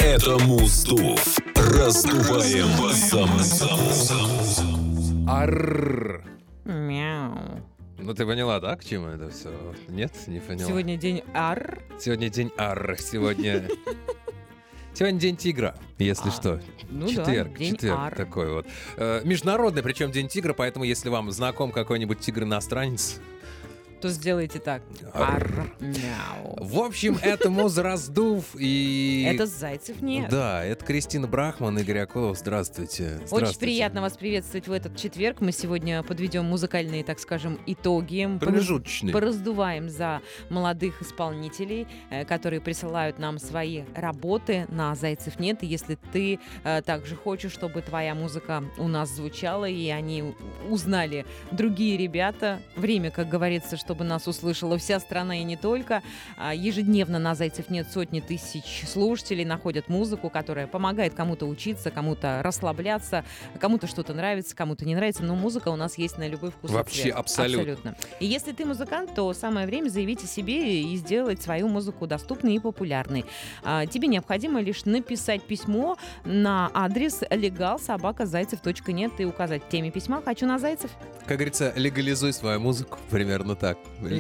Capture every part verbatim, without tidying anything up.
Это Муздув. Раздуваем саму. Арррр. Мяу. Ну ты поняла, да, к чему это все? Нет, не поняла. Сегодня день ар. Сегодня день Арр. Сегодня... Сегодня день тигра, если А, что. ну четверг, да, день четверг Ар. такой вот. Э, международный, причем день тигра, поэтому если вам знаком какой-нибудь тигр-иностранец, То сделайте так. Арр. Ар. Мяу. в общем, это Муз-раздув и... Это зайцев нет. Да, это Кристина Брахман, Игорь Акулов. Здравствуйте. Очень Здравствуйте. приятно вас приветствовать в этот четверг. Мы сегодня подведем музыкальные, так скажем, итоги. Промежуточный. Пораздуваем за молодых исполнителей, э, которые присылают нам свои работы на «Зайцев нет». И если ты э, также хочешь, чтобы твоя музыка у нас звучала, и они узнали другие ребята, время, как говорится, чтобы нас услышала вся страна и не только. А, ежедневно на «Зайцев нет» сотни тысяч слушателей находят музыку, которая помогает кому-то учиться, кому-то расслабляться, кому-то что-то нравится, кому-то не нравится, но музыка у нас есть на любой вкус и Вообще, цвет. абсолютно. И если ты музыкант, то самое время заявить о себе и сделать свою музыку доступной и популярной. А, тебе необходимо лишь написать письмо на адрес легал собака зайцев точка нет и указать в теме письма «Хочу на Зайцев». Как говорится, легализуй свою музыку. Примерно так.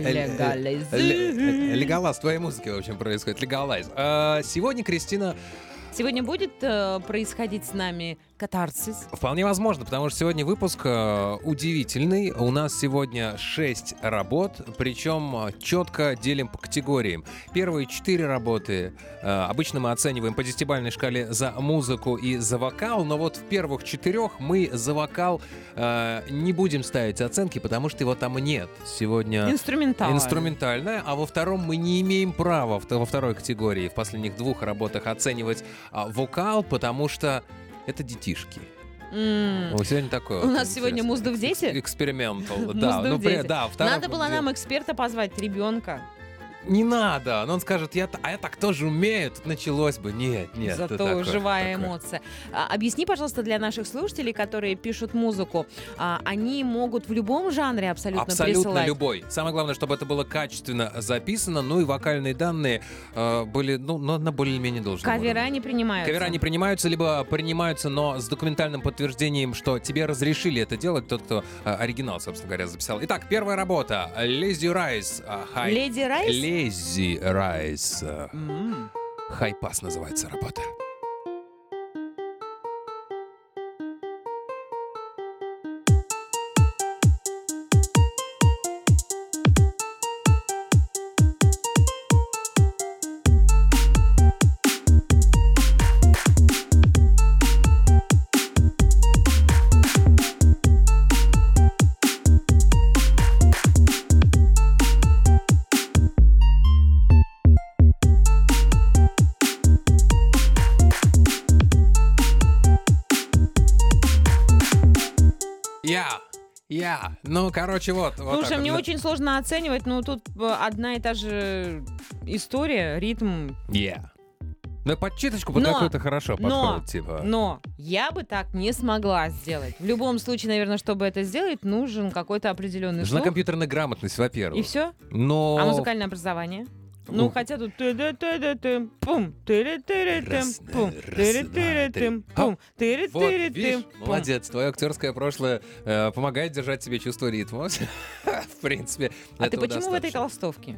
Легализуй. Легалайз твоей музыки, в общем, происходит. Легалайз. А сегодня Кристина... Сегодня будет э, происходить с нами катарсис. Вполне возможно, потому что сегодня выпуск э, удивительный. У нас сегодня шесть работ, причем э, четко делим по категориям. Первые четыре работы э, обычно мы оцениваем по десятибалльной шкале за музыку и за вокал, но вот в первых четырех мы за вокал э, не будем ставить оценки, потому что его там нет. Сегодня Инструментально. инструментальное, а во втором мы не имеем права в- во второй категории в последних двух работах оценивать а, вокал, потому что это детишки. М. Вот сегодня такое. У вот нас сегодня интересное. Муздув дети? Экс- Экспериментал. Да, Муздув ну, при- дети. да, второй- Надо было нам эксперта позвать, ребенка. Не надо, но он скажет, я, т- а я так тоже умею, тут началось бы. Нет, нет. Зато это такое, живая такое. эмоция. А, объясни, пожалуйста, для наших слушателей, которые пишут музыку, а, они могут в любом жанре абсолютно, Абсолютно присылать. любой. Самое главное, чтобы это было качественно записано, ну и вокальные данные э, были, ну, на, на более-менее должном Кавера уровне. не принимаются. Кавера не принимаются, либо принимаются, но с документальным подтверждением, что тебе разрешили это делать, тот, кто э, оригинал, собственно говоря, записал. Итак, первая работа. Lazy Rise. э, High- Леди Райс? Lazy Rise. э, М. Хай-пас называется работа. Я, я. Ну, короче, вот. вот Слушай, так мне вот. очень сложно оценивать, но тут э, одна и та же история, ритм. Yeah. Ну, под читочку под Но, какую-то хорошо но, подходит, типа. Но я бы так не смогла сделать. В любом случае, наверное, чтобы это сделать, нужен какой-то определенный Нужна слух. компьютерная грамотность, во-первых. И все? Но... А музыкальное образование? Ну, Ну. хотя тут ты-да-ты-да-тым, пум, ты-да-ты-да-тым, Раз, пум, раз, ты-да-ты-да-тым, два, пум, Вот, видишь, ты-да-ты-да-тым, пум. молодец, твое актерское прошлое э, помогает держать себе чувство ритма. В принципе, А ты этого почему в этой достаточно. толстовке?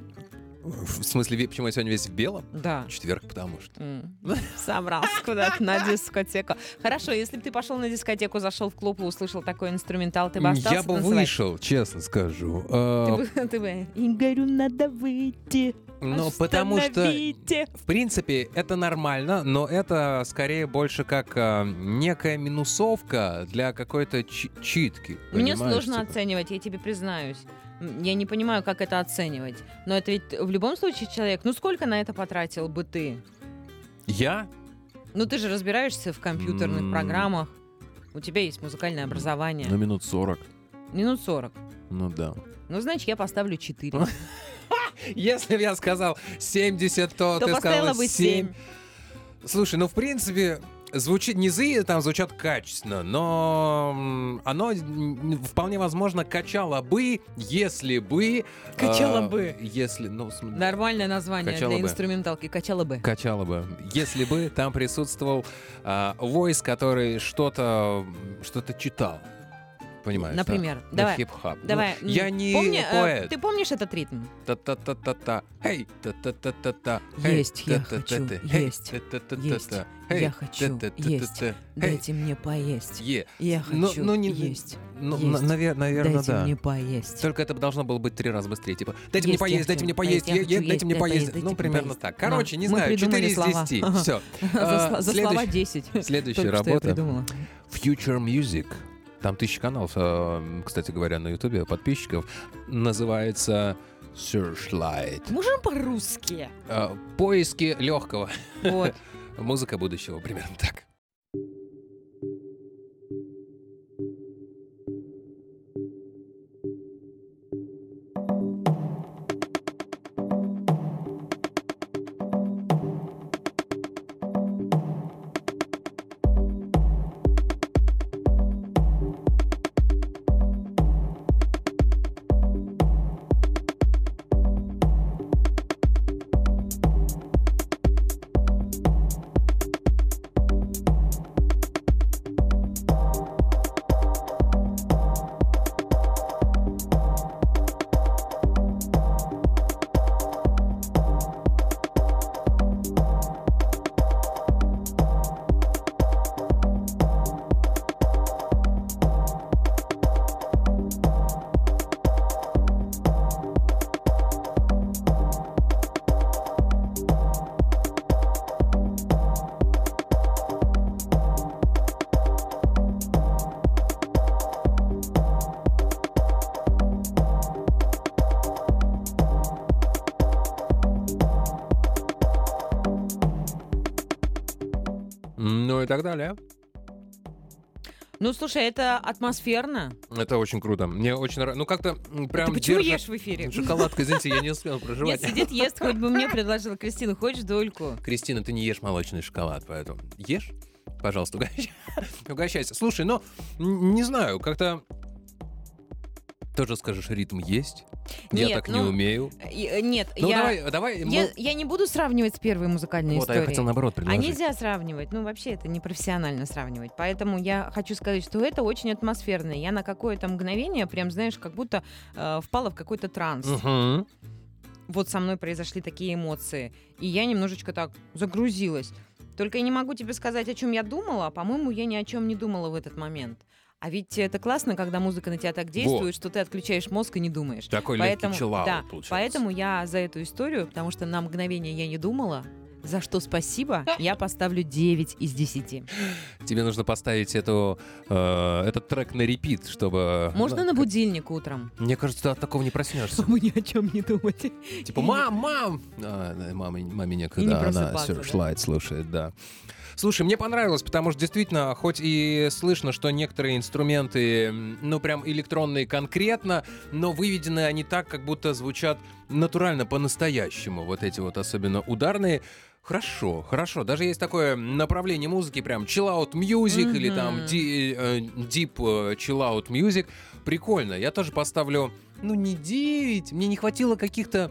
В смысле, ви- почему я сегодня весь в белом? Да. Четверг, потому что. М. Собрался куда-то на дискотеку. Хорошо, если бы ты пошел на дискотеку, зашел в клуб и услышал такой инструментал, ты бы остался Я бы танцевать? вышел, честно скажу. Ты Э, бы, ты бы, Игорю надо выйти, Ну, потому что, остановите. в принципе, это нормально, но это скорее больше как э, некая минусовка для какой-то чи- читки. Мне понимаешь, сложно типа? оценивать, я тебе признаюсь. М, Я не понимаю, как это оценивать. Но это ведь в любом случае человек... Ну, сколько на это потратил бы ты? Я? Ну, ты же разбираешься в компьютерных М. программах. У тебя есть музыкальное образование. Ну, минут сорок. Минут сорок. Ну да. Ну, значит, я поставлю четыре. Если бы я сказал семьдесят, то, То ты поставила сказала бы семь. семь. Слушай, ну, в принципе, Звучит, низы там звучат качественно, но м, оно м, вполне возможно качало бы, если бы... Качало э, бы. Если, ну, см- Нормальное название Качало для бы. инструменталки. Качало бы. Качало бы. Если бы там присутствовал э, войс, который что-то что-то читал. Понимаешь, Например, да? Ну, давай, хип-хоп. Ну, Давай. я м, не помни, э, поэт. Ты помнишь этот ритм? Та-та-та-та-та. Эй, та-та-та-та-та. Эй, Есть, я та-та-та-та. хочу, Эй, есть, та-та-та-та. есть. Эй, Я хочу, та-та-та-та-та. есть. Эй, Дайте мне поесть. е. Я Ну, хочу ну, не- есть. Ну, Есть. наверное, Дайте да. мне поесть. Только это должно было быть три раза быстрее. Типа, дайте мне Есть, я поесть, дайте хочу мне поесть, поесть, я е- хочу е- есть, дайте мне дайте поесть. поесть, Ну, дайте примерно поесть. так. Да. Короче, не Мы знаю, придумали четыре из слова. десяти. Ага. Все. За сла- за слова десять. Следующая Только что я работа. придумала. Future Music. Там тысяча каналов, э, кстати говоря, на Ютубе, подписчиков. Называется Searchlight. Можем по-русски? Э, Поиски легкого. Вот. Музыка будущего, примерно так. Ну и так далее. Ну, слушай, это атмосферно. Это очень круто. Мне очень нравится. Ну, как-то м, прям Ты почему держит- ешь в эфире? Шоколадка, извините, я не успел Нет, проживать. сидит, ест, хоть бы мне предложила. Кристина, хочешь дольку? Кристина, ты не ешь молочный шоколад, поэтому ешь, пожалуйста, угощайся. угощайся. Слушай, ну, н- не знаю, как-то тоже скажешь, ритм есть. Я Нет, так не ну, умею. И, э, Нет, Ну, я... давай, давай. Я, мы- я не буду сравнивать с первой музыкальной Вот, а я историей. хотел наоборот А предложить. нельзя сравнивать. Ну, вообще, это непрофессионально сравнивать. Поэтому я хочу сказать, что это очень атмосферно. Я на какое-то мгновение, прям, знаешь, как будто э, впала в какой-то транс. Мгм. Вот со мной произошли такие эмоции. И я немножечко так загрузилась. Только я не могу тебе сказать, о чем я думала. А, по-моему, я ни о чем не думала в этот момент. А ведь это классно, когда музыка на тебя так действует, что ты отключаешь мозг и не думаешь. Такой Поэтому, легкий чиллаут да, получается. поэтому я за эту историю, потому что на мгновение я не думала, за что спасибо, я поставлю девять из десяти. Тебе нужно поставить эту, э, этот трек на репит, чтобы... Можно ну, на будильник утром? Мне кажется, ты от такого не проснешься. Чтобы ни о чем не думать. Типа, мам, мам! А, да, маме, маме И не некогда, она просыпаться, да? Searchlight слушает, да. Слушай, мне понравилось, потому что действительно, хоть и слышно, что некоторые инструменты, м, ну прям электронные конкретно, но выведены они так, как будто звучат натурально, по-настоящему. Вот эти вот особенно ударные. Хорошо, хорошо. Даже есть такое направление музыки, прям chill out music или там Мгм. ди- э, deep э, chill out music. Прикольно. Я тоже поставлю, ну не девять, мне не хватило каких-то,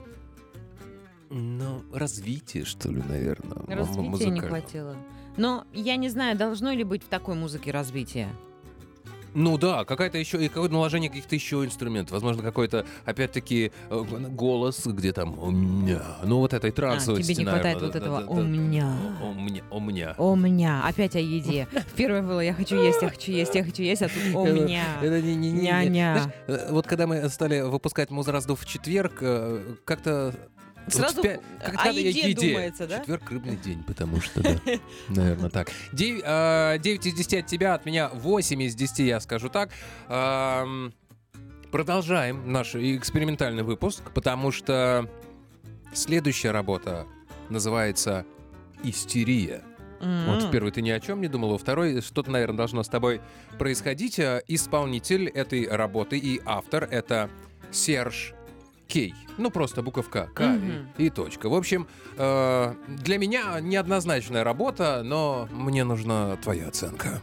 ну, развития, что ли, наверное. м- Развития не музыкального. хватило. Но я не знаю, должно ли быть в такой музыке развитие. Ну да, какая-то еще, и какое-то наложение каких-то еще инструментов. Возможно, какой-то, опять-таки, э, голос, где там «у меня». Ну, вот этой А, трансовости, тебе не хватает вот этого «у меня». «У меня», «у меня». У меня. Опять о еде. Первое было «я хочу есть, я хочу есть, я хочу есть», а тут «у Это- меня». Это не, не, не- не- Ня-ня. Знаешь, э, вот когда мы стали выпускать «Музраздув» в четверг, э, как-то... вот Сразу в пя- как о надо еде еде. думается, да? Четверг — рыбный день, потому что, да. Наверное, так. Дев- э, девять из десяти от тебя, от меня восемь из десяти, я скажу так. Эм, Продолжаем наш экспериментальный выпуск, потому что следующая работа называется «Истерия». Вот в М. первой ты ни о чем не думал, во второй что-то, наверное, должно с тобой происходить. А Исполнитель этой работы и автор — это Серж Кей. Ну, просто буковка К Мгм. и, и точка. В общем, э, для меня неоднозначная работа, но мне нужна твоя оценка.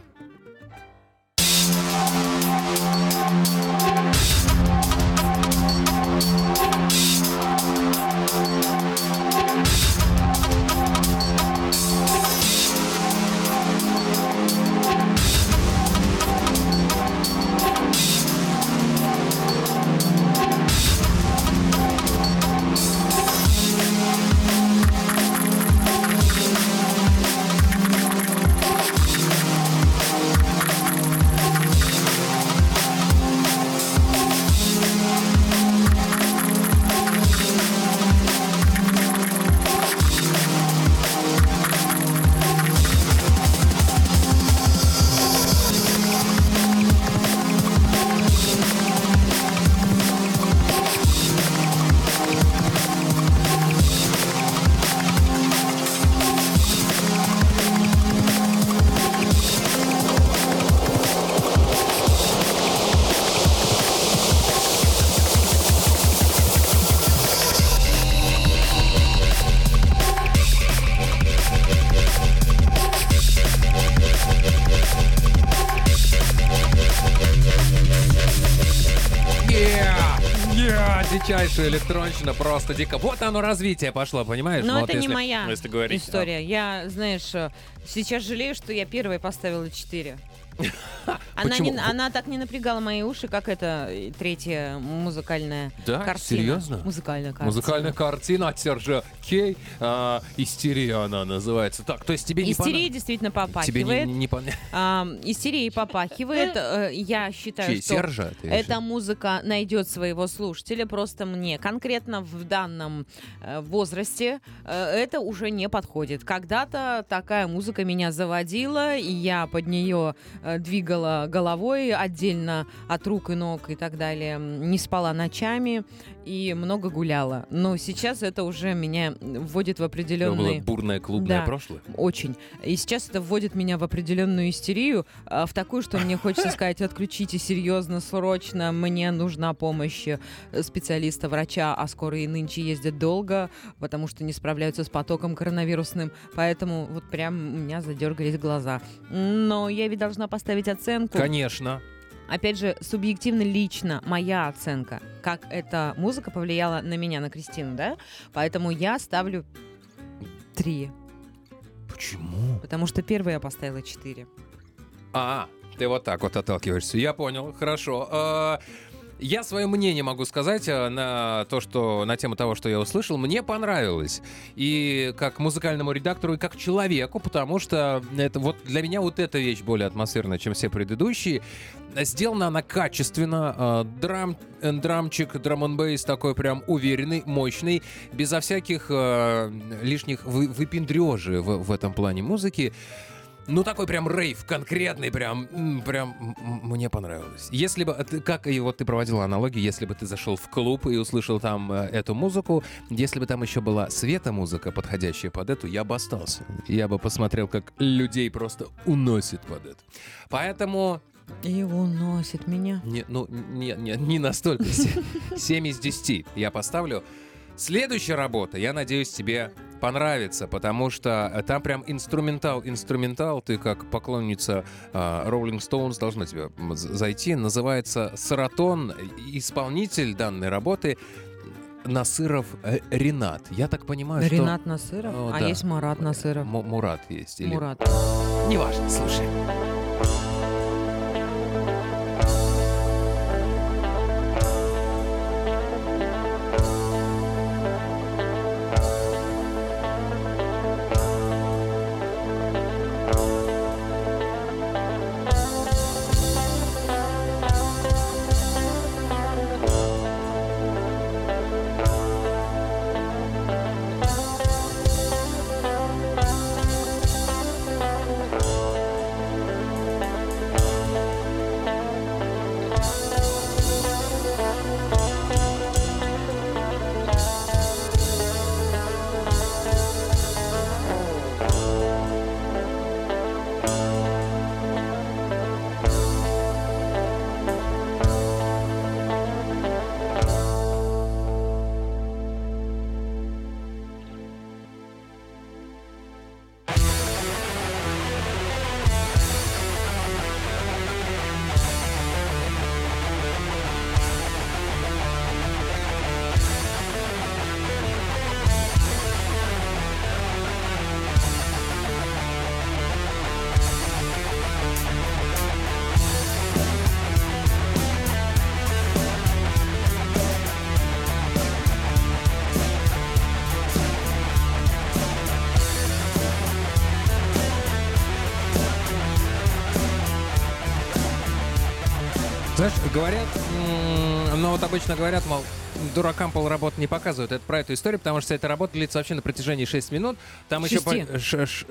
Дичайшая электронщина, просто дико. Вот оно развитие пошло, понимаешь? Но Ну, это вот не если- моя если говорить, история. Я, знаешь, э, сейчас жалею, что я первой поставила четыре. Она, Почему? не, она так не напрягала мои уши, как эта э, третья музыкальная Да? картина. Серьезно? Музыкальная картина. Музыкальная картина от Сержа Кей. а, «Истерия» она называется. Так, то есть тебе не Истерия понравилось? действительно Тебе попахивает. не, не понравилось? А, истерией попахивает. Э, Я считаю, Чей, что Сержа? ты эта решил? музыка найдет своего слушателя. Просто мне конкретно в данном э, возрасте э, это уже не подходит. Когда-то такая музыка меня заводила, и я под нее э, двигала головой отдельно от рук и ног и так далее. Не спала ночами и много гуляла. Но сейчас это уже меня вводит в Это было определенный... бурное клубное Да. прошлое. Очень. И сейчас это вводит меня в определенную истерию, а, в такую, что мне хочется сказать: отключите серьезно, срочно, мне нужна помощь э, специалиста, врача, а скорые нынче ездят долго, потому что не справляются с потоком коронавирусным, поэтому вот прям у меня задергались глаза. Но я ведь должна поставить оценку. Конечно. Опять же, субъективно лично моя оценка, как эта музыка повлияла на меня, на Кристину, да? Поэтому я ставлю три. Почему? Потому что первый я поставила четыре. А, ты вот так вот отталкиваешься. Я понял, хорошо. А, Я свое мнение могу сказать а, на то, что на тему того, что я услышал. Мне понравилось. И как музыкальному редактору, и как человеку, потому что это вот для меня вот эта вещь более атмосферная, чем все предыдущие. Сделана она качественно. а, Драм, э, драмчик, драм-н-бейс такой прям уверенный, мощный, безо всяких а, лишних вы, выпендрежей в, в этом плане музыки. Ну, такой прям рейв, конкретный, прям, м, прям м, м, мне понравилось. Если бы, ты- как и вот ты проводила аналогию, если бы ты зашел в клуб и услышал там э, эту музыку, если бы там еще была светомузыка, подходящая под эту, я бы остался. Я бы посмотрел, как людей просто уносит под это. Поэтому, И уносит меня. не, ну, не, не, не настолько. семь из десяти я поставлю. Следующая работа, я надеюсь, тебе понравится, потому что э, там прям инструментал, инструментал, ты как поклонница э, Rolling Stones должна тебе м, з- зайти, называется «Саратон». Исполнитель данной работы Насыров э, Ренат. Я так понимаю, что... Ренат Насыров? О, а да. есть Марат Насыров. М- Мурат есть. Или... Мурат. Неважно, слушай. Знаешь, говорят, м, ну вот обычно говорят, мол, дуракам полработы не показывают. Это про эту историю, потому что эта работа длится вообще на протяжении шести минут. Там еще... Шести. По... Ш- ш-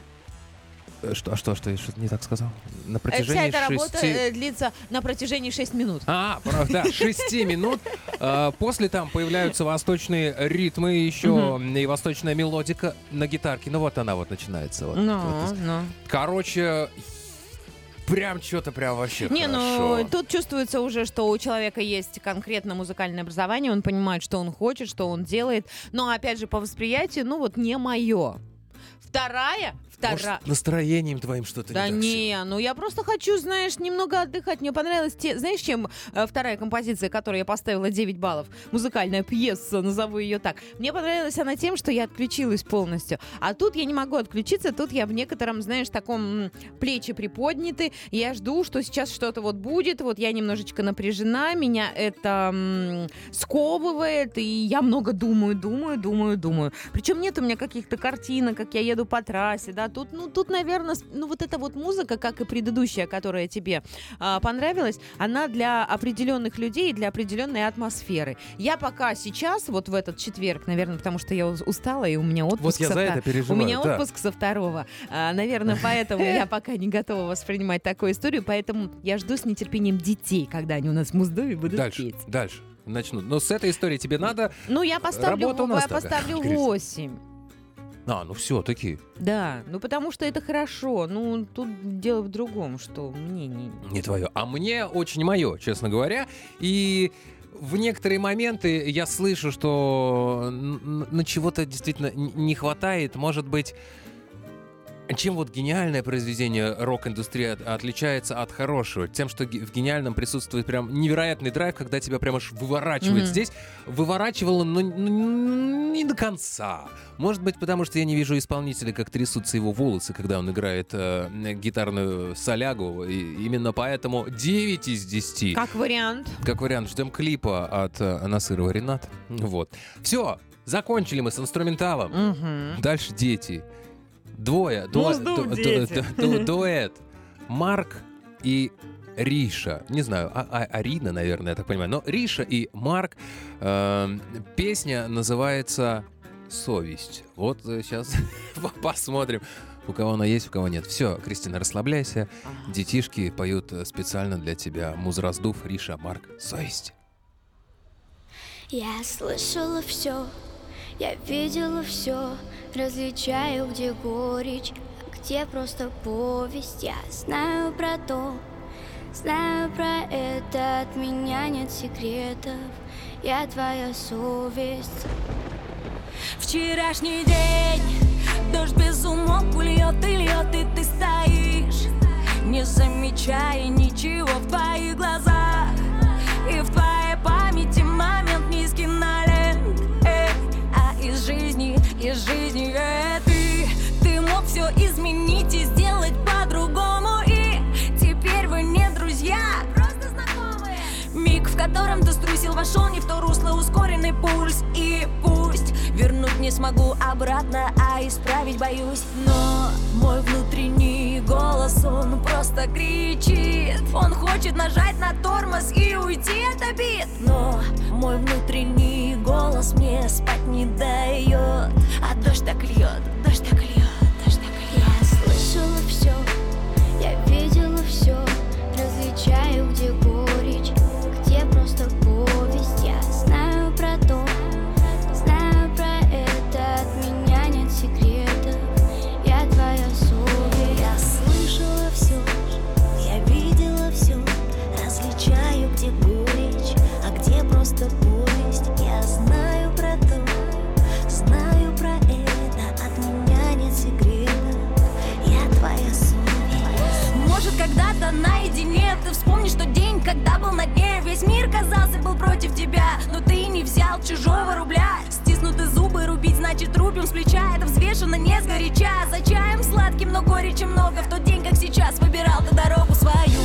Что, что, что, я что-то не так сказал? На Э, протяжении Вся эта работа шести... э, длится на протяжении шести минут. А, правда, да, шести минут. Э, После там появляются восточные ритмы, еще и восточная мелодика на гитарке. Ну вот она вот начинается. Вот, Ну, вот. ну. Короче, прям что-то прям вообще Не, хорошо. ну тут чувствуется уже, что у человека есть конкретно музыкальное образование, он понимает, что он хочет, что он делает. Но опять же, по восприятию, ну вот не мое. Вторая, вторая. Может, настроением твоим что-то Да не так всё? не, ну я просто хочу, знаешь, немного отдыхать. Мне понравилась, те, знаешь, чем э, вторая композиция, которой я поставила девять баллов, музыкальная пьеса, назову ее так. Мне понравилась она тем, что я отключилась полностью. А тут я не могу отключиться, тут я в некотором, знаешь, таком м, плечи приподняты. Я жду, что сейчас что-то вот будет. Вот я немножечко напряжена, меня это м, сковывает, и я много думаю, думаю, думаю, думаю. Причем нет у меня каких-то картинок, как я еду по трассе, да. Тут, ну, тут, наверное, ну, вот эта вот музыка, как и предыдущая, которая тебе а, понравилась, она для определенных людей и для определенной атмосферы. Я пока сейчас, вот в этот четверг, наверное, потому что я устала, и у меня отпуск Вот я со за втор- это У переживаю. меня да. отпуск со второго. А, наверное, поэтому я пока не готова воспринимать такую историю, поэтому я жду с нетерпением детей, когда они у нас в Муздове будут Дальше, петь. дальше. Начнут. Но с этой историей тебе надо... Ну, я поставлю, Работа у нас я такая, поставлю Кристина. восемь. А, ну все, таки. Да, ну потому что это хорошо. Ну, тут дело в другом, что мне не... Не твое. А мне очень мое, честно говоря. И в некоторые моменты я слышу, что н- на чего-то действительно н- не хватает. Может быть, чем вот гениальное произведение рок-индустрии от- отличается от хорошего? Тем, что ге- в гениальном присутствует прям невероятный драйв, когда тебя прям аж выворачивает. Мгм. Здесь выворачивало, но н- не до конца. Может быть, потому что я не вижу исполнителя, как трясутся его волосы, когда он играет э, гитарную солягу. И именно поэтому девять из десяти. Как вариант. Как вариант, ждем клипа от э, Насырова Рената. Вот. Все, закончили мы с инструменталом. Мгм. Дальше дети. Двое. Ну, дуэ- ждут ду- дети. ду- ду- Дуэт. Марк и Риша. Не знаю, а- а- Арина, наверное, я так понимаю. Но Риша и Марк. Эм, Песня называется «Совесть». Вот сейчас посмотрим, у кого она есть, у кого нет. Все, Кристина, расслабляйся. Ага. Детишки поют э, специально для тебя. Музраздув, Риша, Марк, «Совесть». Я слышала все, я видела все, различаю, где горечь, а где просто повесть. Я знаю про то, знаю про это, от меня нет секретов, я твоя совесть. Вчерашний день, дождь без умолку льет и льет, и ты стоишь, не замечая ничего в твоих глазах. И в твоей памяти момент низкий налет, эй, а из жизни, из жизни эй, ты, ты мог все изменить и сделать по-другому. И теперь вы не друзья, просто знакомые. Миг, в котором ты струсил, вошел не в то русло, ускоренный пульс. И пусть вернуть не смогу обратно, а исправить боюсь. Но мой внутренний голос, он просто кричит. Он хочет нажать на тормоз и уйти от обид. Но мой внутренний голос мне спать не дает. А дождь так льет, дождь так льет, дождь так льет. Я слышала все, я видела все, различаю, где горечь, где просто повесть. Я знаю про то, знаю про это, от меня нет секретов, я твоя совесть. Я слышала все, я видела все, различаю, где горечь, а где просто повесть. Я знаю про то, знаю про это, от меня нет секретов, я твоя совесть. Может, когда-то наедине ты вспомнишь тот день, когда был на дне. Весь мир, казался, был против тебя, но ты не взял чужого рубля. Стиснуты зубы, рубить значит рубим с плеча. Это взвешенно, не сгоряча. За чаем сладким, но горечи много. В тот день, как сейчас, выбирал ты дорогу свою.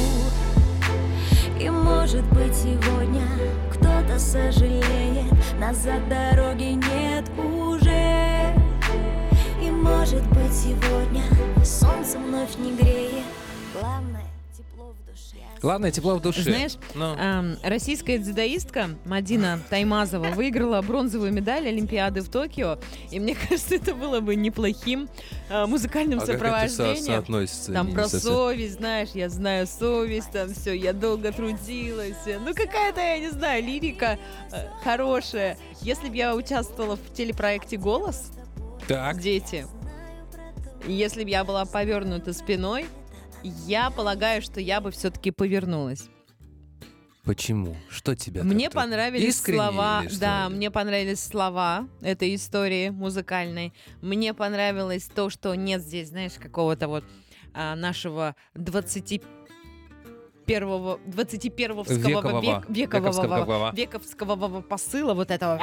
И может быть сегодня кто-то сожалеет, назад дороги нет уже. И может быть сегодня солнце вновь не греет, главное тепло. Главное, тепло в душе. Знаешь, Ну. эм, российская дзюдоистка Мадина Таймазова выиграла бронзовую медаль Олимпиады в Токио. И мне кажется, это было бы неплохим э, музыкальным А как это со- сопровождением. соотносится? Там Не про совсем. совесть, знаешь, я знаю совесть, там все, я долго трудилась. Ну, какая-то, я не знаю, лирика э, хорошая. Если бы я участвовала в телепроекте «Голос», Так. дети, и если бы я была повернута спиной, я полагаю, что я бы все-таки повернулась. Почему? Что тебя Мне как-то понравились искренне слова, или что? да, мне понравились слова этой истории музыкальной. Мне понравилось то, что нет здесь, знаешь, какого-то вот а, нашего двадцати первого, двадцати первого Векового. век, векового, Вековского. вековского посыла, вот этого,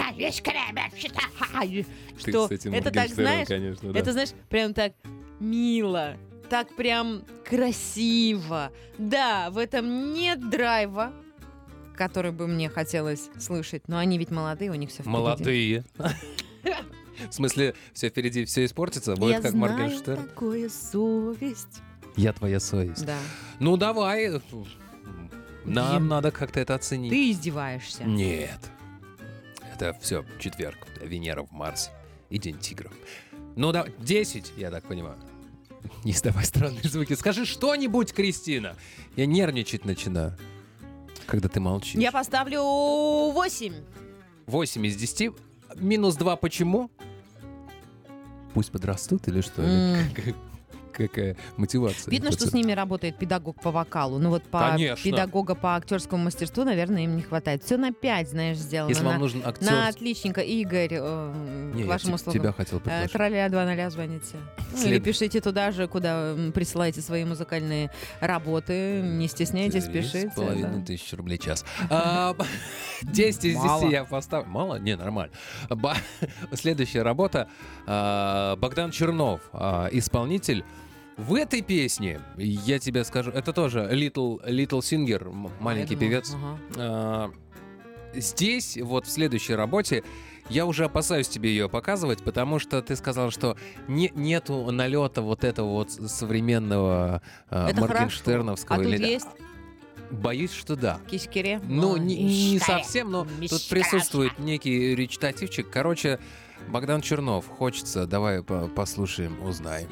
Ты, что кстати, это так, Моргенштерн, знаешь, конечно, да. это, знаешь, прям так мило, так прям красиво. Да, в этом нет драйва, который бы мне хотелось слышать, но они ведь молодые, у них все впереди. Молодые. В смысле, все впереди, все испортится? Будет Я как знаю Моргенштерн? такое совесть. Я твоя совесть. Да. Ну, давай. Нам Я- надо как-то это оценить. Ты издеваешься. Нет. Это все четверг. Венера в Марсе. И День тигра. Ну, да, десять, я так понимаю. Не издавай странные звуки. Скажи что-нибудь, Кристина. Я нервничать начинаю, когда ты молчишь. Я поставлю восемь. восемь из десяти. Минус два почему? Пусть подрастут или что? Или М. как- Какая мотивация? Видно, что с ними работает педагог по вокалу. Ну вот по Конечно. педагога по актерскому мастерству, наверное, им не хватает. Все на пять, знаешь, сделано. Если на, вам нужен актер... на отличника. Игорь, э, Не, к я вашим те- услугам. тебя хотел Э, предложить. Короля два ноль звоните. Ну, или След- пишите туда же, куда м, присылаете свои музыкальные работы. Не стесняйтесь, Три с пишите. половиной да. тысячи рублей час. А, десять из Мало. десяти я поставлю. Мало? Не, нормально. Ба- Следующая работа. а, Богдан Чернов, а, исполнитель. В этой песне, я тебе скажу, это тоже Little, Little Singer, м- маленький Я думала, певец. ага. А, Здесь, вот в следующей работе, я уже опасаюсь тебе ее показывать, потому что ты сказал, что не, нету налета вот этого вот современного а, Это Моргенштерновского. хорошо. А тут или- есть Боюсь, что да. кишкире? Ну, Ой, не, не мишкаре, совсем, но тут мишкаре. присутствует некий речитативчик. Короче, Богдан Чернов. Хочется, давай по- послушаем, узнаем.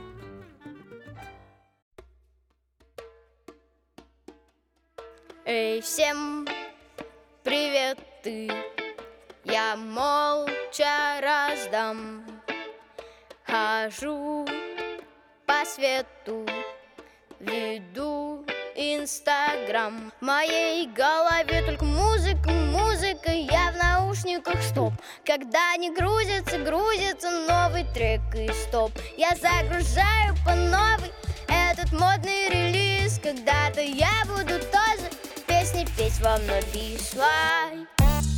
Эй, всем привет, ты. Я молча раздам. Хожу по свету, веду Инстаграм. В моей голове только музыка, музыка. Я в наушниках, стоп. Когда не грузится, грузится новый трек и стоп. Я загружаю по новой этот модный релиз. Когда-то я буду тоже песни петь во многие слай.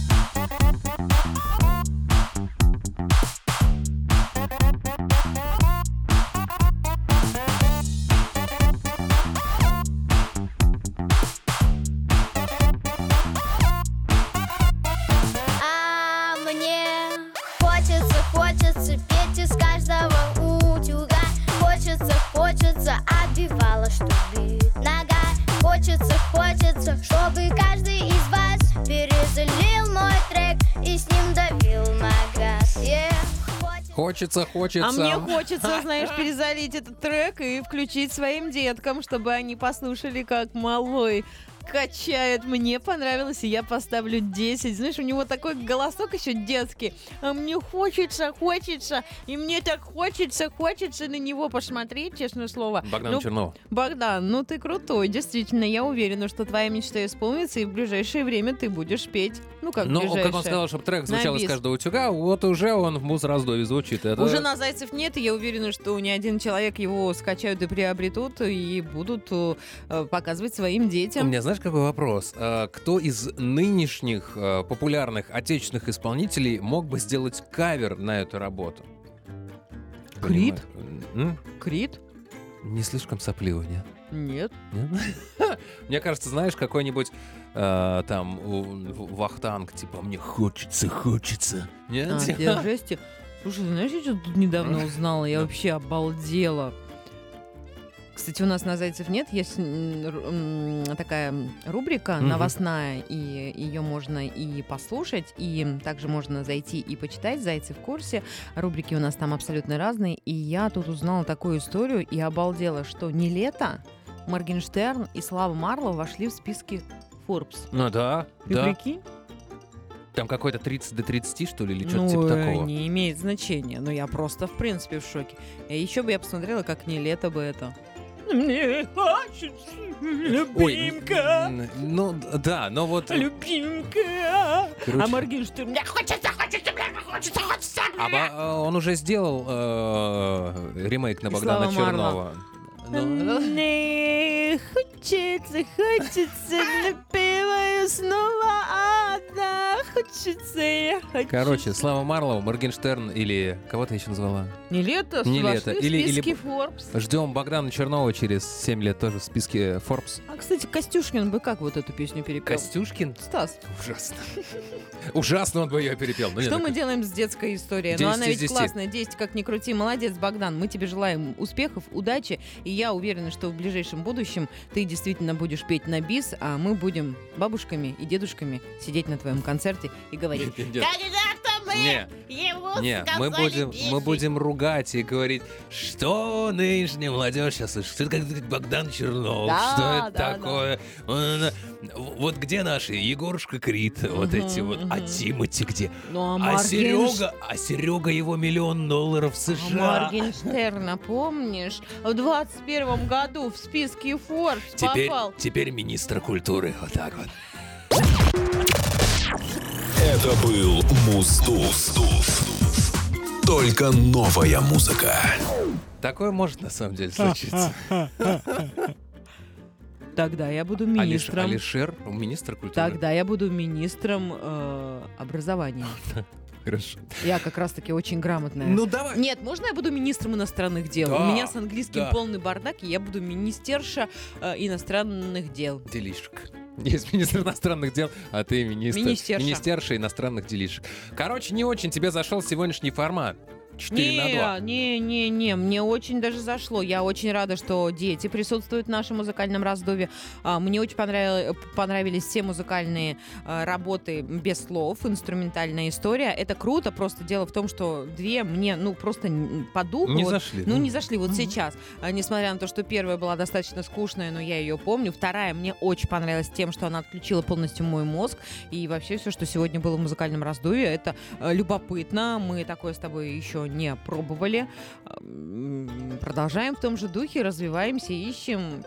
А мне хочется, хочется петь из каждого утюга. Хочется, хочется, отбивала, что бит нога. Хочется, хочется, чтобы каждый из вас перезалил мой трек и с ним давил на газ. Yeah. Хочется, хочется. А мне хочется, знаешь, перезалить этот трек и включить своим деткам, чтобы они послушали, как малой качает. Мне понравилось, и я поставлю десять. Знаешь, у него такой голосок еще детский. А мне хочется, хочется, и мне так хочется, хочется на него посмотреть, честное слово. Богдан Ну, Чернов. Богдан, ну ты крутой, действительно. Я уверена, что твоя мечта исполнится, и в ближайшее время ты будешь петь. Ну, как Ну, ближайшее. как он сказал, чтобы трек звучал из бис. каждого утюга, вот уже он в Муз-раздове звучит. Это... Уже на Зайцев нет, и я уверена, что ни один человек его скачают и приобретут, и будут э, показывать своим У детям. меня, знаешь, какой вопрос? А, Кто из нынешних а, популярных отечественных исполнителей мог бы сделать кавер на эту работу? Крид? Понимаешь? М? Крид? Не слишком сопливо, нет? Нет. Нет? Мне кажется, знаешь, какой-нибудь э, там у- в- Вахтанг, типа «Мне хочется, хочется». Нет? А, те жести. Слушай, знаешь, я что тут недавно узнала? Я вообще обалдела. Кстати, у нас на «Зайцев нет» есть м, ру- м, такая рубрика Мгм. новостная, и ее можно и послушать, и также можно зайти и почитать «Зайцы в курсе». Рубрики у нас там абсолютно разные, и я тут узнала такую историю и обалдела, что не лето, Моргенштерн и Слава Марлов вошли в списки Forbes. Ну да, Ты да. прикинь? Там какой-то тридцать до тридцати, что ли, или что-то Ну, типа э, такого. не имеет значения. Но я просто, в принципе, в шоке. И еще бы я посмотрела, как не лето бы это. Мне хочется, Ой, любимка, н- н- ну да, но вот... любимка. Короче. А Моргенштерн, мне хочется, хочется, мне хочется, хочется. А ба- э, он уже сделал э, ремейк на И Богдана Слава Чернова. Ну, Мне хочется, хочется, напиваю снова одна. Хочется, я хочу. Короче, Слава Марлова, Моргенштерн или кого-то еще назвала. Не лето, Не вошли лето. в Или- или- списки Forbes. Ждем Богдана Чернова через семь лет тоже в списке Forbes. А, кстати, Костюшкин бы как вот эту песню перепел? Костюшкин? Стас, Ужасно. Ужасно он бы ее перепел. Ну, что нет, мы ну, делаем с детской историей? Ну, десять она из ведь десяти. классная. десять, как ни крути. Молодец, Богдан. Мы тебе желаем успехов, удачи. И я уверена, что в ближайшем будущем ты действительно будешь петь на бис, а мы будем бабушками и дедушками сидеть на твоем концерте и говорить: Нет, нет. «Когда-то мы Не, ему не, мы сказали будем, десять». мы будем ругать и говорить, что нынешняя молодежь сейчас слышит, что это как Богдан Чернов, Да, что это да, такое. Он- Вот где наши Егорушка Крид, вот Мгм, эти вот, а мгм. Тимати где? Ну, а, А Моргенш- Серега, а Серега его миллион долларов в А США. Моргенштерна, помнишь? В двадцать первом году в списке Forbes Теперь, попал. теперь министр культуры, вот так вот. Это был Муз-туз. Только новая музыка. Такое может на самом деле случиться. Тогда я буду Алиш- министром. Алишер, министр культуры. Тогда я буду министром э, образования. Хорошо. Я как раз-таки очень грамотная. Ну давай. Нет, можно я буду министром иностранных дел? Да, У меня с английским да. полный бардак, и я буду министерша э, иностранных дел. Делишек. Есть министр иностранных дел, а ты министр. Министерша. Министерша иностранных делишек. Короче, не очень тебе зашел сегодняшний формат. четыре на два. Не, не, не, не, мне очень даже зашло. Я очень рада, что дети присутствуют в нашем музыкальном раздове. А, Мне очень понравилось, понравились все музыкальные а, работы без слов, инструментальная история. Это круто, просто дело в том, что две мне, ну, просто н- по духу. Не вот, зашли. Ну, не зашли вот сейчас. А, Несмотря на то, что первая была достаточно скучная, но я ее помню. Вторая мне очень понравилась тем, что она отключила полностью мой мозг. И вообще все, что сегодня было в музыкальном раздове, это э, любопытно. Мы такое с тобой еще не пробовали. М, Продолжаем в том же духе, развиваемся, ищем.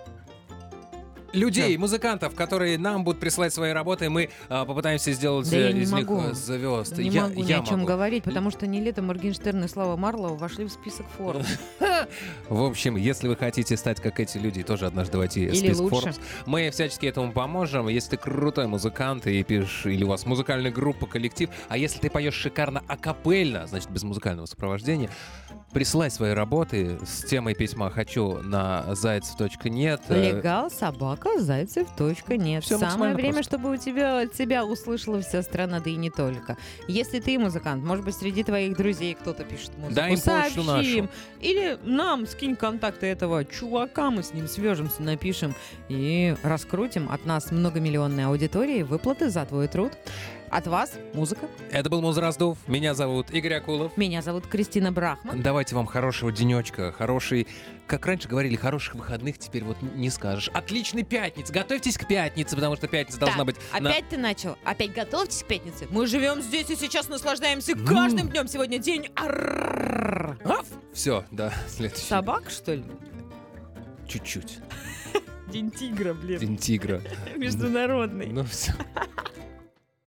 Людей, музыкантов, которые нам будут присылать свои работы, мы а, попытаемся сделать Да я э, не из них могу. э, звезд. Не я могу ни я о чем могу. говорить, потому что не лето Моргенштерн и Слава Марлова вошли в список Forbes. В общем, если вы хотите стать как эти люди, и тоже однажды войти в Или список лучше. Forbes, мы всячески этому поможем. Если ты крутой музыкант и пишешь, или у вас музыкальная группа, коллектив, а если ты поешь шикарно акапельно, значит, без музыкального сопровождения, присылай свои работы с темой письма «Хочу» на зайцев точка нет. Легал, собака, зайцев, точка нет. Всё Самое максимально время, просто. чтобы у тебя, тебя услышала вся страна, да и не только. Если ты музыкант, может быть, среди твоих друзей кто-то пишет музыку, Дай им почту сообщи им. нашу. Или нам скинь контакты этого чувака, мы с ним свяжемся, напишем и раскрутим. От нас многомиллионной аудитории выплаты за твой труд. От вас музыка. Это был Музраздув. Меня зовут Игорь Акулов. Меня зовут Кристина Брахман. Давайте вам хорошего денечка, хороший, как раньше говорили, хороших выходных, теперь вот не скажешь. Отличной пятницы, готовьтесь к пятнице, потому что пятница должна Так, быть... на- опять ты начал? Опять готовьтесь к пятнице? Мы живем здесь и сейчас наслаждаемся каждым днем. Сегодня день... Арррррр. Все, да, следующий. Собак, что ли? Чуть-чуть. День тигра, блин. День тигра. Международный. Ну все.